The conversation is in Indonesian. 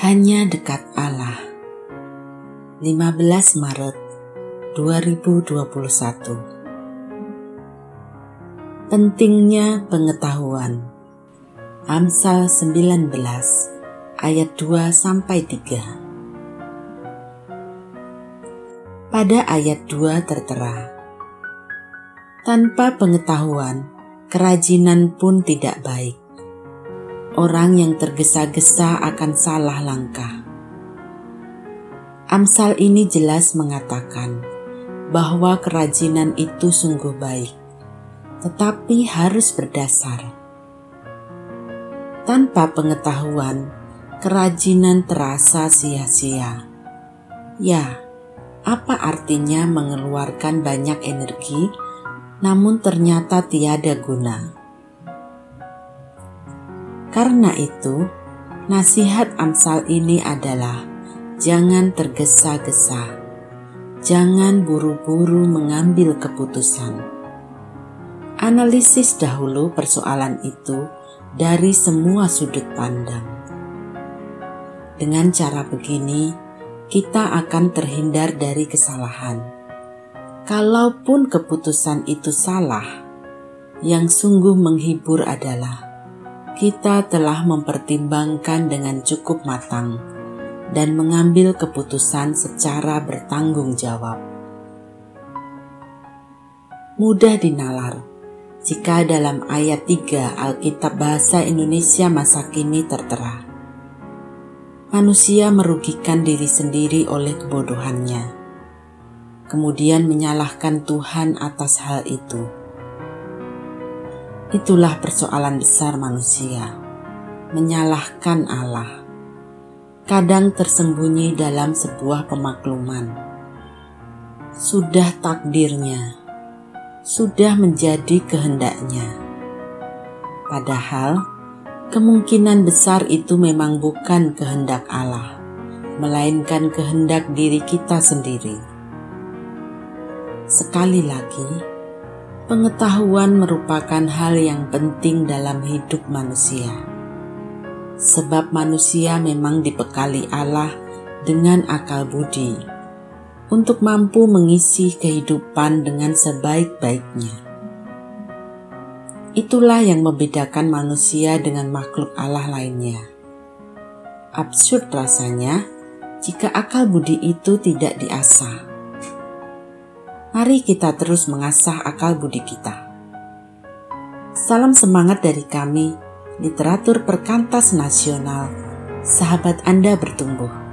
Hanya dekat Allah. 15 Maret 2021. Pentingnya pengetahuan. Amsal 19 ayat 2-3. Pada ayat 2 tertera, tanpa pengetahuan, kerajinan pun tidak baik. Orang yang tergesa-gesa akan salah langkah. Amsal ini jelas mengatakan bahwa kerajinan itu sungguh baik, tetapi harus berdasar. Tanpa pengetahuan, kerajinan terasa sia-sia. Ya, apa artinya mengeluarkan banyak energi, namun ternyata tiada guna? Karena itu, nasihat Amsal ini adalah jangan tergesa-gesa, jangan buru-buru mengambil keputusan. Analisis dahulu persoalan itu dari semua sudut pandang. Dengan cara begini, kita akan terhindar dari kesalahan. Kalaupun keputusan itu salah, yang sungguh menghibur adalah kita telah mempertimbangkan dengan cukup matang dan mengambil keputusan secara bertanggung jawab. Mudah dinalar jika dalam ayat 3 Alkitab Bahasa Indonesia masa kini tertera, manusia merugikan diri sendiri oleh kebodohannya, kemudian menyalahkan Tuhan atas hal itu. Itulah persoalan besar manusia, menyalahkan Allah. Kadang tersembunyi dalam sebuah pemakluman. Sudah takdirnya, sudah menjadi kehendaknya. Padahal, kemungkinan besar itu memang bukan kehendak Allah, melainkan kehendak diri kita sendiri. Sekali lagi, pengetahuan merupakan hal yang penting dalam hidup manusia. Sebab manusia memang dibekali Allah dengan akal budi untuk mampu mengisi kehidupan dengan sebaik-baiknya. Itulah yang membedakan manusia dengan makhluk Allah lainnya. Absurd rasanya jika akal budi itu tidak diasah. Mari kita terus mengasah akal budi kita. Salam semangat dari kami, Literatur Perkantas Nasional. Sahabat Anda bertumbuh.